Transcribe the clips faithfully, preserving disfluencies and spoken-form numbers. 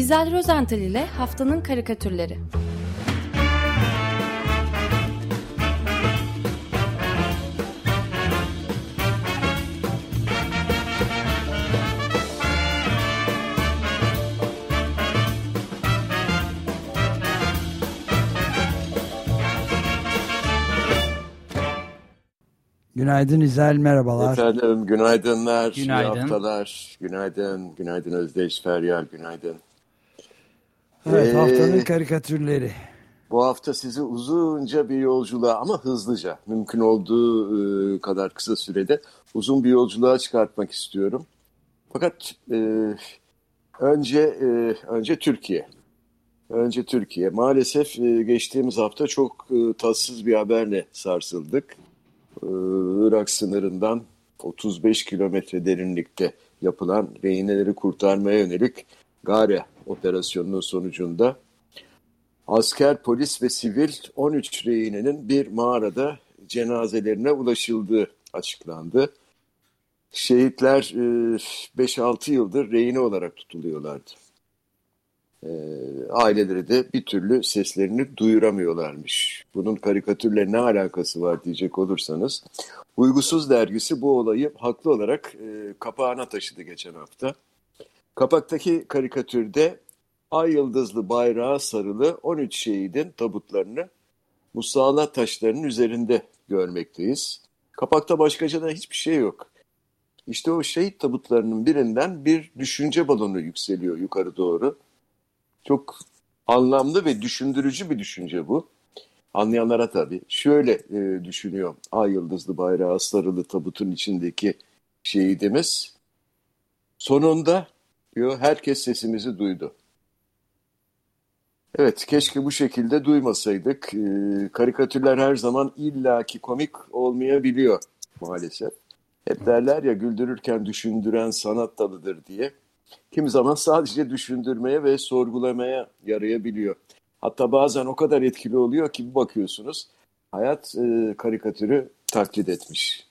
İzel Rozental ile Haftanın Karikatürleri. Günaydın İzel, merhabalar. Efendim, günaydınlar, Günaydın. iyi haftalar, günaydın, günaydın Özdeş, Feryal, günaydın. Evet, Ee, haftanın karikatürleri. Bu hafta sizi uzunca bir yolculuğa ama hızlıca, mümkün olduğu e, kadar kısa sürede uzun bir yolculuğa çıkartmak istiyorum. Fakat e, önce e, önce Türkiye. Önce Türkiye. Maalesef e, geçtiğimiz hafta çok e, tatsız bir haberle sarsıldık. Irak sınırından otuz beş kilometre derinlikte yapılan rehineleri kurtarmaya yönelik Gare operasyonunun sonucunda asker, polis ve sivil on üç rehinenin bir mağarada cenazelerine ulaşıldığı açıklandı. Şehitler beş altı yıldır rehine olarak tutuluyorlardı. Aileleri de bir türlü seslerini duyuramıyorlarmış. Bunun karikatürle ne alakası var diyecek olursanız, Uygusuz dergisi bu olayı haklı olarak e, kapağına taşıdı geçen hafta. Kapaktaki karikatürde ay yıldızlı bayrağa sarılı on üç şehidin tabutlarını musalla taşlarının üzerinde görmekteyiz. Kapakta başkaca da hiçbir şey yok. İşte o şehit tabutlarının birinden bir düşünce balonu yükseliyor yukarı doğru. Çok anlamlı ve düşündürücü bir düşünce bu. Anlayanlara tabii. Şöyle e, düşünüyor ay yıldızlı bayrağı sarılı tabutun içindeki şehidimiz. Sonunda diyor, herkes sesimizi duydu. Evet, keşke bu şekilde duymasaydık. E, karikatürler her zaman illaki komik olmayabiliyor maalesef. Hep derler ya, güldürürken düşündüren sanat dalıdır diye. Kimi zaman sadece düşündürmeye ve sorgulamaya yarayabiliyor. Hatta bazen o kadar etkili oluyor ki bir bakıyorsunuz hayat e, karikatürü taklit etmiş.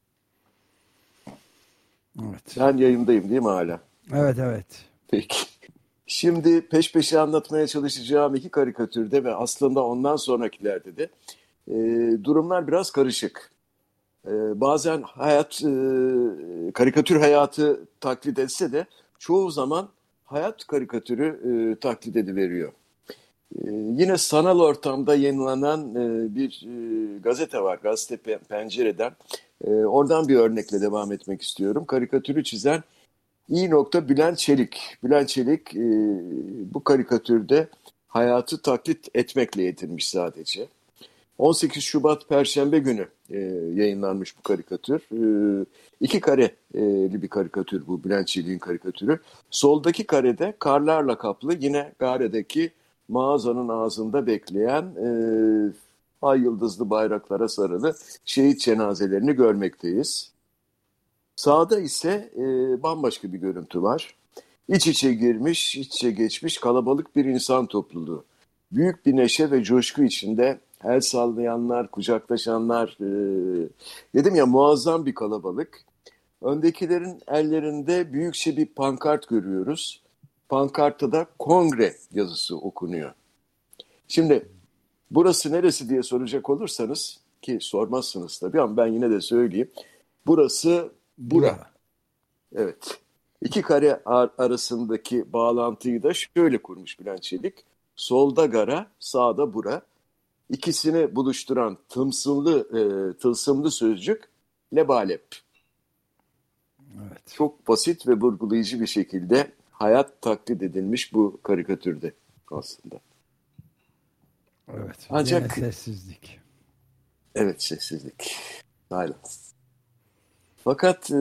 Evet. Ben yayındayım değil mi hala? Evet, evet. Peki. Şimdi peş peşe anlatmaya çalışacağım iki karikatürde ve aslında ondan sonrakilerde de e, durumlar biraz karışık. E, bazen hayat, e, karikatür hayatı taklit etse de çoğu zaman hayat karikatürü e, taklit ediveriyor. E, yine sanal ortamda yayınlanan e, bir e, gazete var, Gazete Pencere'den. E, oradan bir örnekle devam etmek istiyorum. Karikatürü çizen İ. Bülent Çelik. Bülent Çelik e, bu karikatürde hayatı taklit etmekle yetinmiş sadece. on sekiz Şubat Perşembe günü e, yayınlanmış bu karikatür. E, iki kareli bir karikatür bu, Bülent Çelik'in karikatürü. Soldaki karede karlarla kaplı, yine Gare'deki mağazanın ağzında bekleyen e, ay yıldızlı bayraklara sarılı şehit cenazelerini görmekteyiz. Sağda ise e, bambaşka bir görüntü var. İç içe girmiş, iç içe geçmiş kalabalık bir insan topluluğu. Büyük bir neşe ve coşku içinde el sallayanlar, kucaklaşanlar, e, dedim ya, muazzam bir kalabalık. Öndekilerin ellerinde büyükçe bir pankart görüyoruz. Pankartta da kongre yazısı okunuyor. Şimdi burası neresi diye soracak olursanız, ki sormazsınız tabii ama ben yine de söyleyeyim. Burası bura. Evet. İki kare ar- arasındaki bağlantıyı da şöyle kurmuş Bülent Çelik. Solda gara, sağda bura. İkisini buluşturan tılsımlı, e, tılsımlı sözcük lebalep. Evet. Çok basit ve vurgulayıcı bir şekilde hayat taklit edilmiş bu karikatürde aslında. Evet. Ancak yine sessizlik. Evet, sessizlik. Silence. Fakat e,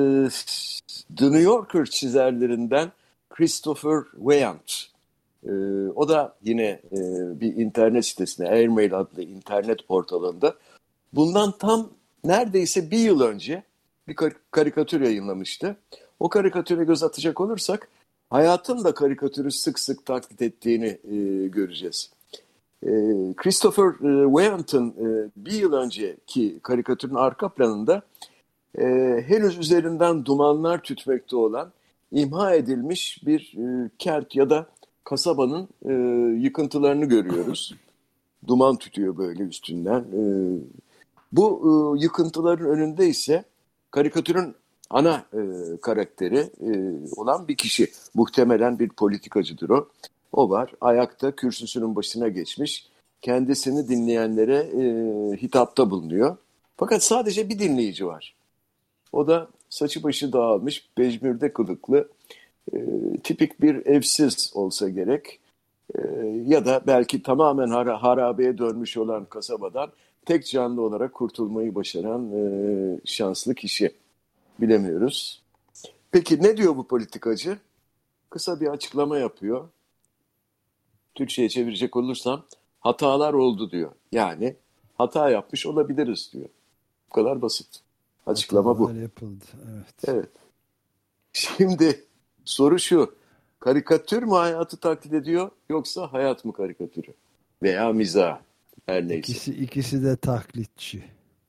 The New Yorker çizerlerinden Christopher Weyant, e, o da yine e, bir internet sitesinde, Airmail adlı internet portalında bundan tam neredeyse bir yıl önce bir kar- karikatür yayınlamıştı. O karikatüre göz atacak olursak hayatın da karikatürü sık sık taklit ettiğini e, göreceğiz. E, Christopher e, Weyant'ın e, bir yıl önceki karikatürün arka planında e, henüz üzerinden dumanlar tütmekte olan imha edilmiş bir e, kent ya da kasabanın e, yıkıntılarını görüyoruz. Duman tütüyor böyle üstünden. E, bu e, yıkıntıların önünde ise karikatürün ana e, karakteri e, olan bir kişi. Muhtemelen bir politikacıdır o. O var. Ayakta kürsüsünün başına geçmiş. Kendisini dinleyenlere e, hitapta bulunuyor. Fakat sadece bir dinleyici var. O da saçı başı dağılmış, pejmürde kılıklı, e, tipik bir evsiz olsa gerek. E, ya da belki tamamen hara, harabeye dönmüş olan kasabadan tek canlı olarak kurtulmayı başaran e, şanslı kişi. Bilemiyoruz. Peki ne diyor bu politikacı? Kısa bir açıklama yapıyor. Türkçe'ye çevirecek olursam hatalar oldu diyor. Yani hata yapmış olabiliriz diyor. Bu kadar basit. Açıklama bu. Yapıldı. Evet. Evet. Şimdi soru şu. Karikatür mü hayatı taklit ediyor yoksa hayat mı karikatürü? Veya mizah. Her neyse. İkisi, ikisi de taklitçi.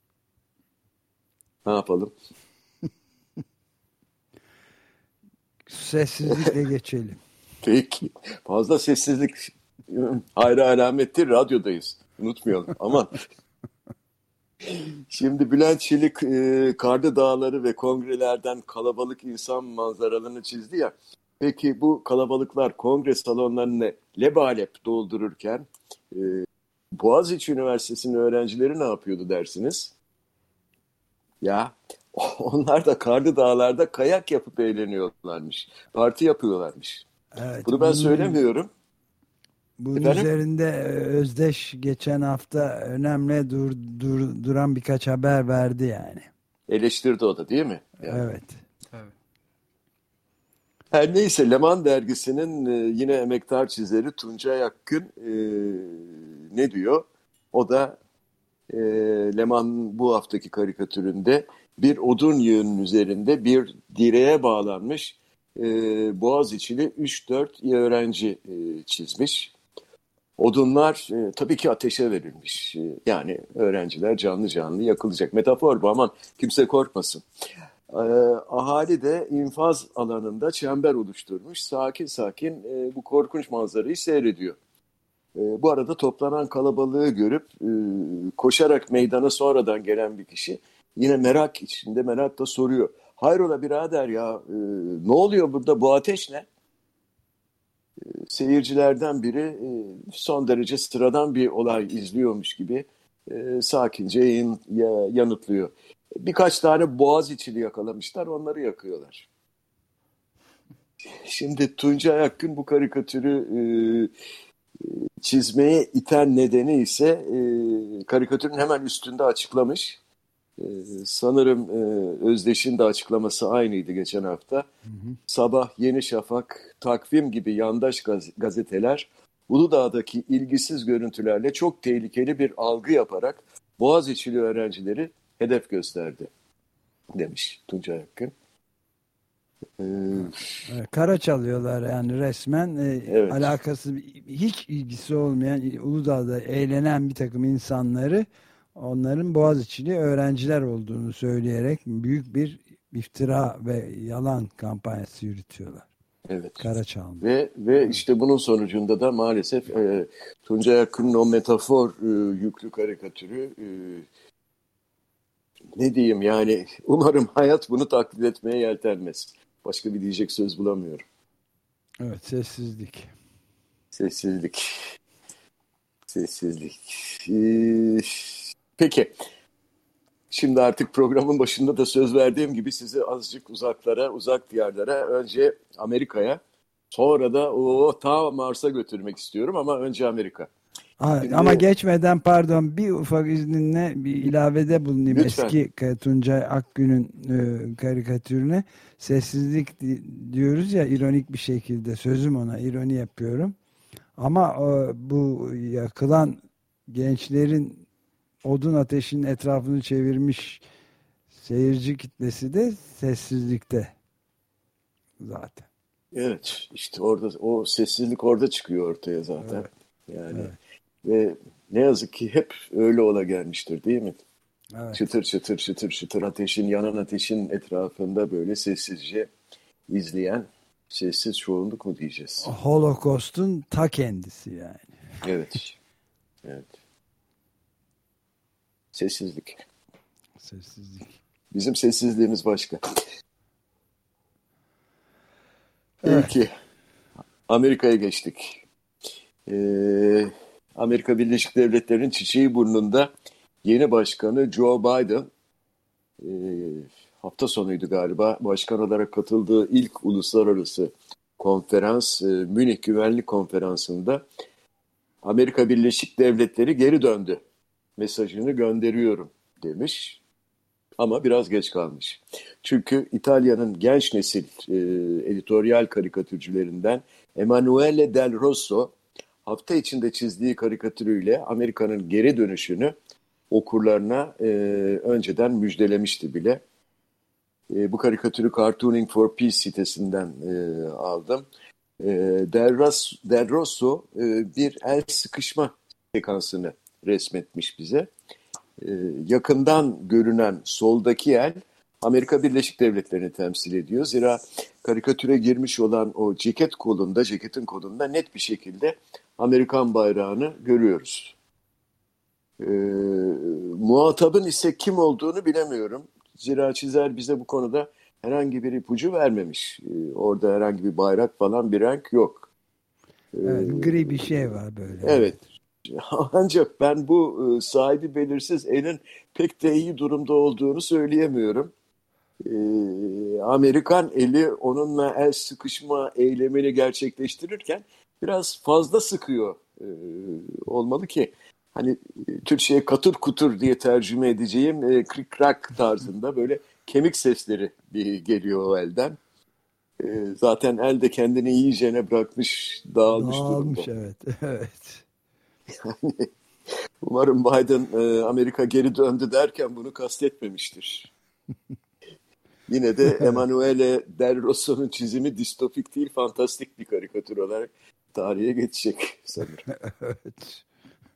Ne yapalım? Sessizlikle geçelim. Peki. Fazla sessizlik hayra alamettir. Radyodayız. Unutmayalım. Aman. Şimdi Bülent Çelik e, karlı dağları ve kongrelerden kalabalık insan manzaralarını çizdi ya. Peki bu kalabalıklar kongre salonlarını lebalep doldururken e, Boğaziçi Üniversitesi'nin öğrencileri ne yapıyordu dersiniz? Ya onlar da karlı dağlarda kayak yapıp eğleniyorlarmış. Parti yapıyorlarmış. Evet, Bunu ben bunun, söylemiyorum. Bunun Efendim? üzerinde Özdeş geçen hafta önemli dur, dur, duran birkaç haber verdi yani. Eleştirdi o da değil mi? Yani. Evet. Evet. Her neyse Leman dergisinin e, yine emektar çizeri Tuncay Akgün e, ne diyor? O da e, Leman bu haftaki karikatüründe bir odun yığının üzerinde bir direğe bağlanmış e, Boğaziçi'li üç dört öğrenci e, çizmiş. Odunlar e, tabii ki ateşe verilmiş. E, yani öğrenciler canlı canlı yakılacak. Metafor bu, aman kimse korkmasın. E, ahali de infaz alanında çember oluşturmuş. Sakin sakin e, bu korkunç manzarayı seyrediyor. E, bu arada toplanan kalabalığı görüp e, koşarak meydana sonradan gelen bir kişi yine merak içinde merakla soruyor. Hayrola birader ya e, ne oluyor burada, bu ateş ne? Seyircilerden biri e, son derece sıradan bir olay izliyormuş gibi e, sakince yayın, ya, yanıtlıyor. Birkaç tane Boğaziçi'li yakalamışlar, onları yakıyorlar. Şimdi Tuncay Akgün bu karikatürü e, çizmeye iten nedeni ise e, karikatürün hemen üstünde açıklamış. E, sanırım e, Özdeş'in de açıklaması aynıydı geçen hafta. Hı hı. Sabah, Yeni Şafak, Takvim gibi yandaş gaz- gazeteler Uludağ'daki ilgisiz görüntülerle çok tehlikeli bir algı yaparak Boğaziçi'li öğrencileri hedef gösterdi demiş Tuncay Akgün. Ee, Kara çalıyorlar yani resmen e, evet. Alakası hiç ilgisi olmayan Uludağ'da eğlenen bir takım insanları onların Boğaziçi'li öğrenciler olduğunu söyleyerek büyük bir iftira ve yalan kampanyası yürütüyorlar. Evet. Kara çalma. Ve ve işte bunun sonucunda da maalesef e, Tuncay Akın'ın o metafor e, yüklü karikatürü e, ne diyeyim yani, umarım hayat bunu taklit etmeye yeltenmez. Başka bir diyecek söz bulamıyorum. Evet, sessizlik. Sessizlik. Sessizlik. Ee, peki. Şimdi artık programın başında da söz verdiğim gibi sizi azıcık uzaklara, uzak diyarlara, önce Amerika'ya, sonra da o ta Mars'a götürmek istiyorum ama önce Amerika. Aa, Şimdi, ama geçmeden pardon bir ufak izninle bir ilavede bulunayım. Lütfen. Eski Tuncay Akgün'ün e, karikatürüne. Sessizlik diyoruz ya, ironik bir şekilde sözüm ona ironi yapıyorum. Ama e, bu yakılan gençlerin odun ateşinin etrafını çevirmiş seyirci kitlesi de sessizlikte zaten. Evet, işte orada o sessizlik orada çıkıyor ortaya zaten. Evet. Yani Evet. ve ne yazık ki hep öyle ola gelmiştir, değil mi? Evet. Çıtır çıtır çıtır çıtır ateşin, yanan ateşin etrafında böyle sessizce izleyen Sessiz çoğunluk mu diyeceğiz? Holocaust'un ta kendisi yani. Evet. Evet. Sessizlik. Sessizlik. Bizim sessizliğimiz başka. Evet. Peki. Amerika'ya geçtik. Ee, Amerika Birleşik Devletleri'nin çiçeği burnunda yeni başkanı Joe Biden e, hafta sonuydu galiba başkan olarak katıldığı ilk uluslararası konferans e, Münih Güvenlik Konferansı'nda Amerika Birleşik Devletleri geri döndü mesajını gönderiyorum demiş ama biraz geç kalmış. Çünkü İtalya'nın genç nesil e, editoryal karikatürcülerinden Emanuele Del Rosso hafta içinde çizdiği karikatürüyle Amerika'nın geri dönüşünü okurlarına e, önceden müjdelemişti bile. E, bu karikatürü Cartooning for Peace sitesinden e, aldım. E, Del, Ros, Del Rosso e, bir el sıkışma sekansını resmetmiş bize. E, yakından görünen soldaki el Amerika Birleşik Devletleri'ni temsil ediyor. Zira karikatüre girmiş olan o ceket kolunda, ceketin kolunda net bir şekilde Amerikan bayrağını görüyoruz. E, muhatabın ise kim olduğunu bilemiyorum. Zira çizer bize bu konuda herhangi bir ipucu vermemiş. E, orada herhangi bir bayrak falan bir renk yok. E, Evet, gri bir şey var böyle. Evet. Ancak ben bu e, sahibi belirsiz elin pek de iyi durumda olduğunu söyleyemiyorum. E, Amerikan eli onunla el sıkışma eylemini gerçekleştirirken biraz fazla sıkıyor e, olmalı ki hani Türkçe'ye katır kutur diye tercüme edeceğim e, krik krak tarzında böyle kemik sesleri bir geliyor o elden. E, zaten el de kendini iyicene bırakmış, dağılmış, Dağılmış durumda. evet. Evet. Yani umarım Biden e, Amerika geri döndü derken bunu kastetmemiştir. Yine de Emanuele Del Rosso'nun çizimi distopik değil, fantastik bir karikatür olarak tarihe geçecek sanırım. Evet.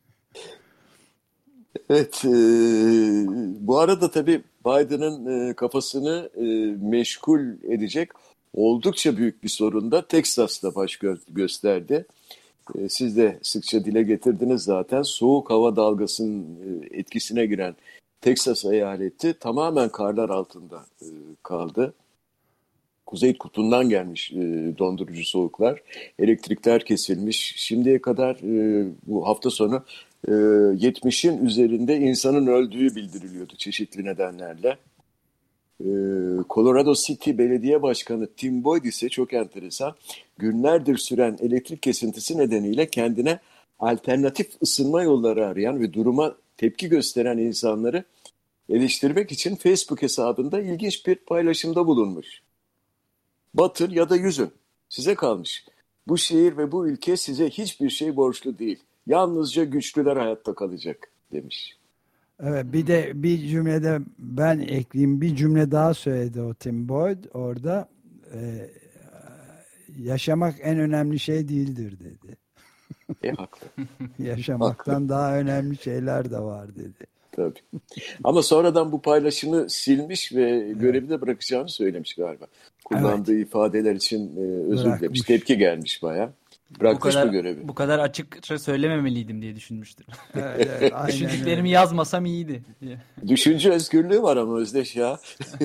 Evet, e, bu arada tabii Biden'ın e, kafasını e, meşgul edecek oldukça büyük bir sorun da Teksas'ta baş gö- gösterdi. E, siz de sıkça dile getirdiniz zaten. Soğuk hava dalgasının e, etkisine giren Teksas eyaleti tamamen karlar altında e, kaldı. Kuzey kutbundan gelmiş e, dondurucu soğuklar. Elektrikler kesilmiş. Şimdiye kadar e, bu hafta sonu e, yetmişin üzerinde insanın öldüğü bildiriliyordu çeşitli nedenlerle. E, Colorado City Belediye Başkanı Tim Boyd ise çok enteresan. Günlerdir süren elektrik kesintisi nedeniyle kendine alternatif ısınma yolları arayan ve duruma tepki gösteren insanları eleştirmek için Facebook hesabında ilginç bir paylaşımda bulunmuş. Batır ya da yüzün. Size kalmış. Bu şehir ve bu ülke size hiçbir şey borçlu değil. Yalnızca güçlüler hayatta kalacak demiş. Evet, bir de bir cümlede ben ekleyeyim, bir cümle daha söyledi o Tim Boyd orada. E, yaşamak en önemli şey değildir dedi. E haklı. Yaşamaktan Haklı. daha önemli şeyler de var dedi. Tabii. Ama sonradan bu paylaşımı silmiş ve Evet. görevi de bırakacağını söylemiş galiba. Evet. Kullandığı ifadeler için e, özür dilemiş. Bırakmış. Tepki gelmiş bayağı. Bu Bırakmış mı kadar görevi? bu kadar açıkça söylememeliydim diye düşünmüştür. Evet, evet, aynen Düşündüklerimi öyle. yazmasam iyiydi diye. Düşünce özgürlüğü var ama Özdeş ya.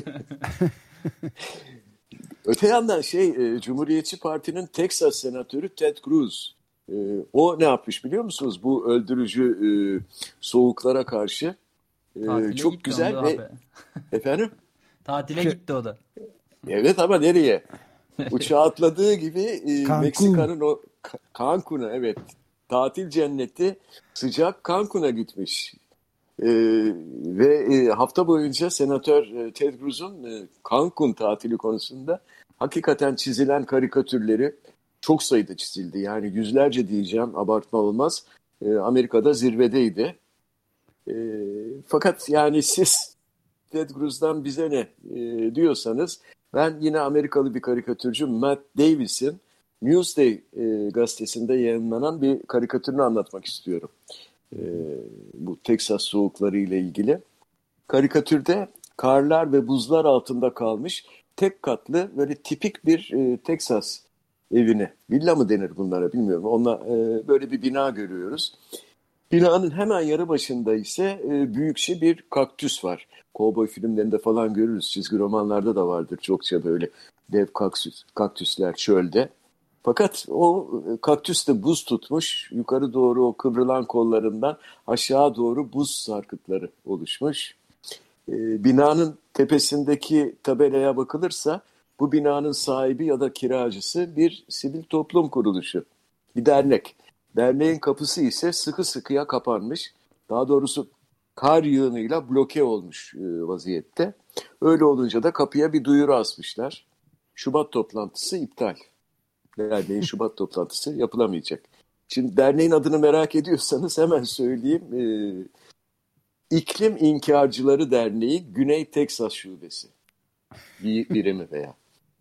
Öte yandan şey e, Cumhuriyetçi Parti'nin Texas senatörü Ted Cruz. E, o ne yapmış biliyor musunuz? Bu öldürücü e, soğuklara karşı e, Tatile çok gitti güzel onda ve abi. efendim Tatile Şey- gitti o da. evet ama nereye? Uçağa atladığı gibi e, Cancun. Meksika'nın o Ka- Cancun'a evet tatil cenneti sıcak Cancun'a gitmiş. E, ve e, hafta boyunca Senatör e, Ted Cruz'un e, Cancun tatili konusunda hakikaten çizilen karikatürleri çok sayıda çizildi. Yani yüzlerce diyeceğim, abartma olmaz. E, Amerika'da zirvedeydi. E, fakat yani siz Ted Cruz'dan bize ne e, diyorsanız ben yine Amerikalı bir karikatürcü Matt Davis'in Newsday e, gazetesinde yayınlanan bir karikatürünü anlatmak istiyorum. E, bu Teksas soğukları ile ilgili. Karikatürde karlar ve buzlar altında kalmış tek katlı böyle tipik bir e, Teksas evini, villa mı denir bunlara bilmiyorum. Onunla e, böyle bir bina görüyoruz. Binanın hemen yanı başında ise e, büyükçe bir kaktüs var. Kovboy filmlerinde falan görürüz. Çizgi romanlarda da vardır çokça böyle dev kaktüs, kaktüsler çölde. Fakat o e, kaktüs de buz tutmuş. Yukarı doğru o kıvrılan kollarından aşağı doğru buz sarkıtları oluşmuş. E, binanın tepesindeki tabelaya bakılırsa bu binanın sahibi ya da kiracısı bir sivil toplum kuruluşu, bir dernek. Derneğin kapısı ise sıkı sıkıya kapanmış. Daha doğrusu kar yığınıyla bloke olmuş e, vaziyette. Öyle olunca da kapıya bir duyuru asmışlar. Şubat toplantısı iptal. Derneğin Şubat toplantısı yapılamayacak. Şimdi derneğin adını merak ediyorsanız hemen söyleyeyim. E, İklim İnkarcıları Derneği Güney Teksas Şubesi. Bir birimi veya.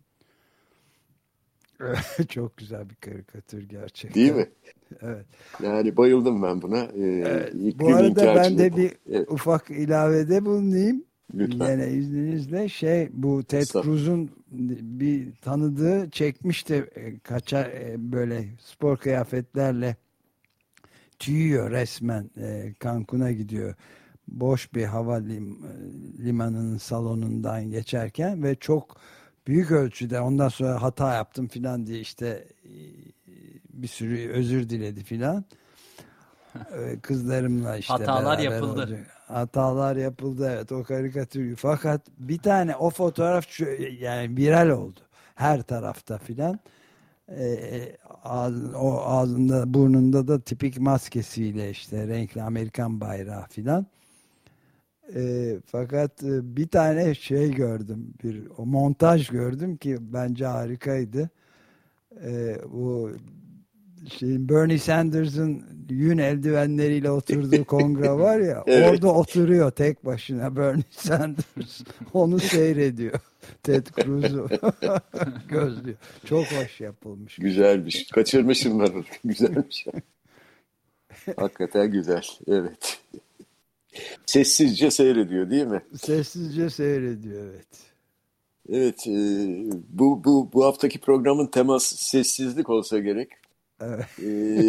Çok güzel bir karikatür gerçekten. Değil mi? Evet. Yani bayıldım ben buna. Ee, Evet. iklim Bu arada ben inkarcılığı. de bir Evet, ufak ilavede bulunayım. lütfen. Yine izninizle şey bu Ted Estağfurullah. Cruz'un bir tanıdığı çekmişti e, kaça e, böyle spor kıyafetlerle tüyüyor resmen, e, Cancun'a gidiyor. Boş bir hava lim, limanının salonundan geçerken ve çok büyük ölçüde ondan sonra hata yaptım filan diye işte e, bir sürü özür diledi filan. E, Kızlarımla işte Hatalar beraber yapıldı. olacak. Hatalar yapıldı, evet, o karikatür. Fakat bir tane o fotoğraf şu- yani viral oldu. Her tarafta filan. E, ağzı- o ağzında burnunda da tipik maskesiyle işte renkli Amerikan bayrağı filan. E, fakat e, bir tane şey gördüm, bir o montaj gördüm ki bence harikaydı. E, bu şeyin Bernie Sanders'ın yün eldivenleriyle oturduğu kongre var ya, Evet. orada oturuyor tek başına Bernie Sanders. Onu seyrediyor. Ted Cruz'u gözlüyor. Çok hoş yapılmış. Güzelmiş. Kaçırmışım ben onu. Güzelmiş. Hakikaten güzel. Evet. Sessizce seyrediyor değil mi? Sessizce seyrediyor, evet. Evet. E, bu, bu, bu haftaki programın teması sessizlik olsa gerek. Evet. E,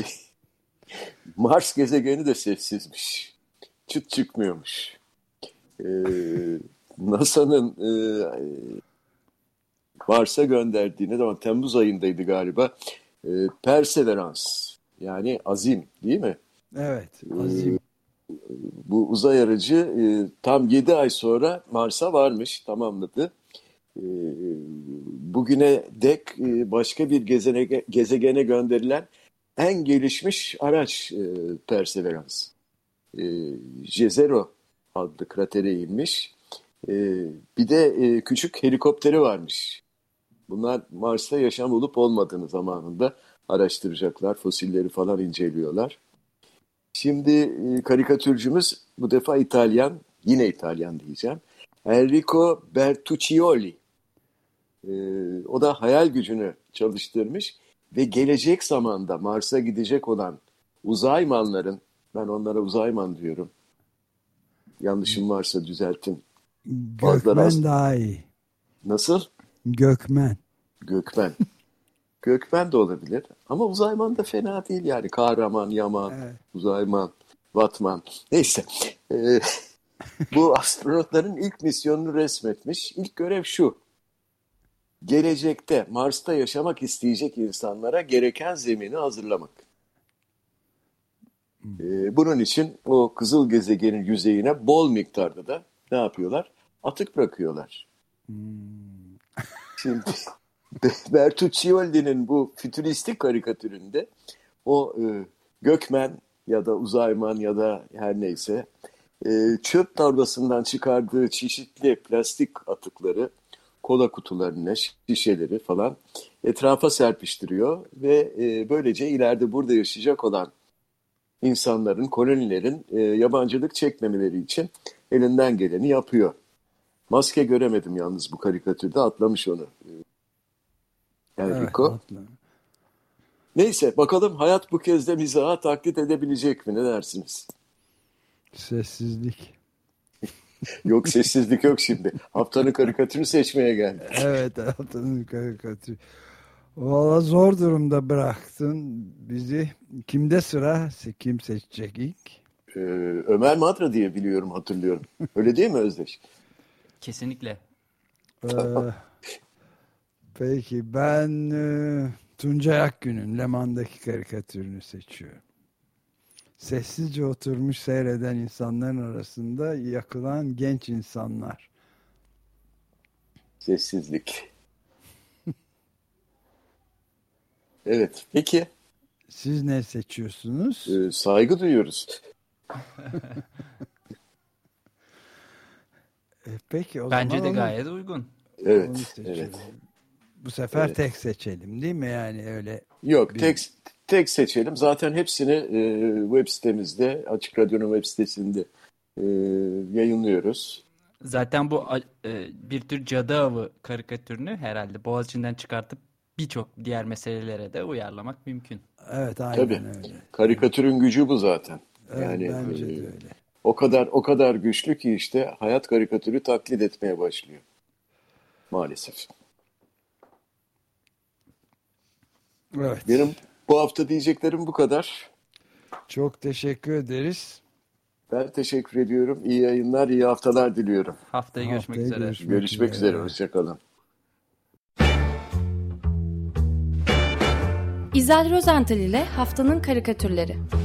Mars gezegeni de sessizmiş. Çıt çıkmıyormuş. E, NASA'nın e, Mars'a gönderdiği ne zaman Temmuz ayındaydı galiba. E, Perseverance yani azim değil mi? Evet. Azim. Bu uzay aracı e, tam yedi ay sonra Mars'a varmış, tamamladı. E, bugüne dek e, başka bir gezene, gezegene gönderilen en gelişmiş araç e, Perseverance. E, Jezero adlı kratere inmiş. E, bir de e, küçük helikopteri varmış. Bunlar Mars'ta yaşam olup olmadığını zamanında araştıracaklar. Fosilleri falan inceliyorlar. Şimdi e, karikatürcümüz bu defa İtalyan, yine İtalyan diyeceğim. Enrico Bertuccioli. E, o da hayal gücünü çalıştırmış ve gelecek zamanda Mars'a gidecek olan uzaymanların, ben onlara uzayman diyorum. Yanlışım varsa düzeltin. Bazıları Gökmen as- daha iyi. Nasıl? Gökmen. Gökmen. Gökmen de olabilir. Ama uzayman da fena değil yani. Kahraman, yaman, Evet. uzayman, vatman. Neyse. Ee, bu astronotların ilk misyonunu resmetmiş. İlk görev şu. Gelecekte Mars'ta yaşamak isteyecek insanlara gereken zemini hazırlamak. Ee, bunun için o kızıl gezegenin yüzeyine bol miktarda da ne yapıyorlar? Atık bırakıyorlar. Şimdi Bertuccioli'nin bu fütüristik karikatüründe o e, gökmen ya da uzayman ya da her neyse e, çöp torbasından çıkardığı çeşitli plastik atıkları, kola kutularını, şişeleri falan etrafa serpiştiriyor ve e, böylece ileride burada yaşayacak olan insanların, kolonilerin e, yabancılık çekmemeleri için elinden geleni yapıyor. Maske göremedim yalnız bu karikatürde, atlamış onu. Enrico. Evet, atla. Neyse bakalım hayat bu kez de mizaha taklit edebilecek mi? Ne dersiniz? Sessizlik. Yok, sessizlik yok şimdi. Haftanın karikatürünü seçmeye geldik. Evet, haftanın karikatürü. Valla zor durumda bıraktın bizi. Kimde sıra? Kim seçecek ilk? Ee, Ömer Madra diye biliyorum, hatırlıyorum. Öyle değil mi Özdeş? Kesinlikle. Ee, peki ben e, Tuncay Akgün'ün Leman'daki karikatürünü seçiyorum. Sessizce oturmuş seyreden insanların arasında yakılan genç insanlar. Sessizlik. Evet, peki. Siz ne seçiyorsunuz? Ee, saygı duyuyoruz. E, peki o Bence zaman de onu, gayet uygun. onu Evet, seçelim. evet. Bu sefer Evet. tek seçelim değil mi? Yani öyle Yok, bir... tek tek seçelim. Zaten hepsini e, web sitemizde, Açık Radyo'nun web sitesinde e, yayınlıyoruz. Zaten bu a- e, bir tür cadı avı karikatürünü herhalde Boğaziçi'nden çıkartıp birçok diğer meselelere de uyarlamak mümkün. Evet, aynen Tabii. öyle. Karikatürün gücü bu zaten. Evet, Yani bence e, de öyle. o kadar o kadar güçlü ki işte hayat karikatürü taklit etmeye başlıyor. Maalesef. Evet. Benim bu hafta diyeceklerim bu kadar. Çok teşekkür ederiz. Ben teşekkür ediyorum. İyi yayınlar, iyi haftalar diliyorum. Haftaya görüşmek Haftaya üzere. görüşmek Görüşmek üzere. üzere. Hoşça kalın. İzel Rozental ile Haftanın Karikatürleri.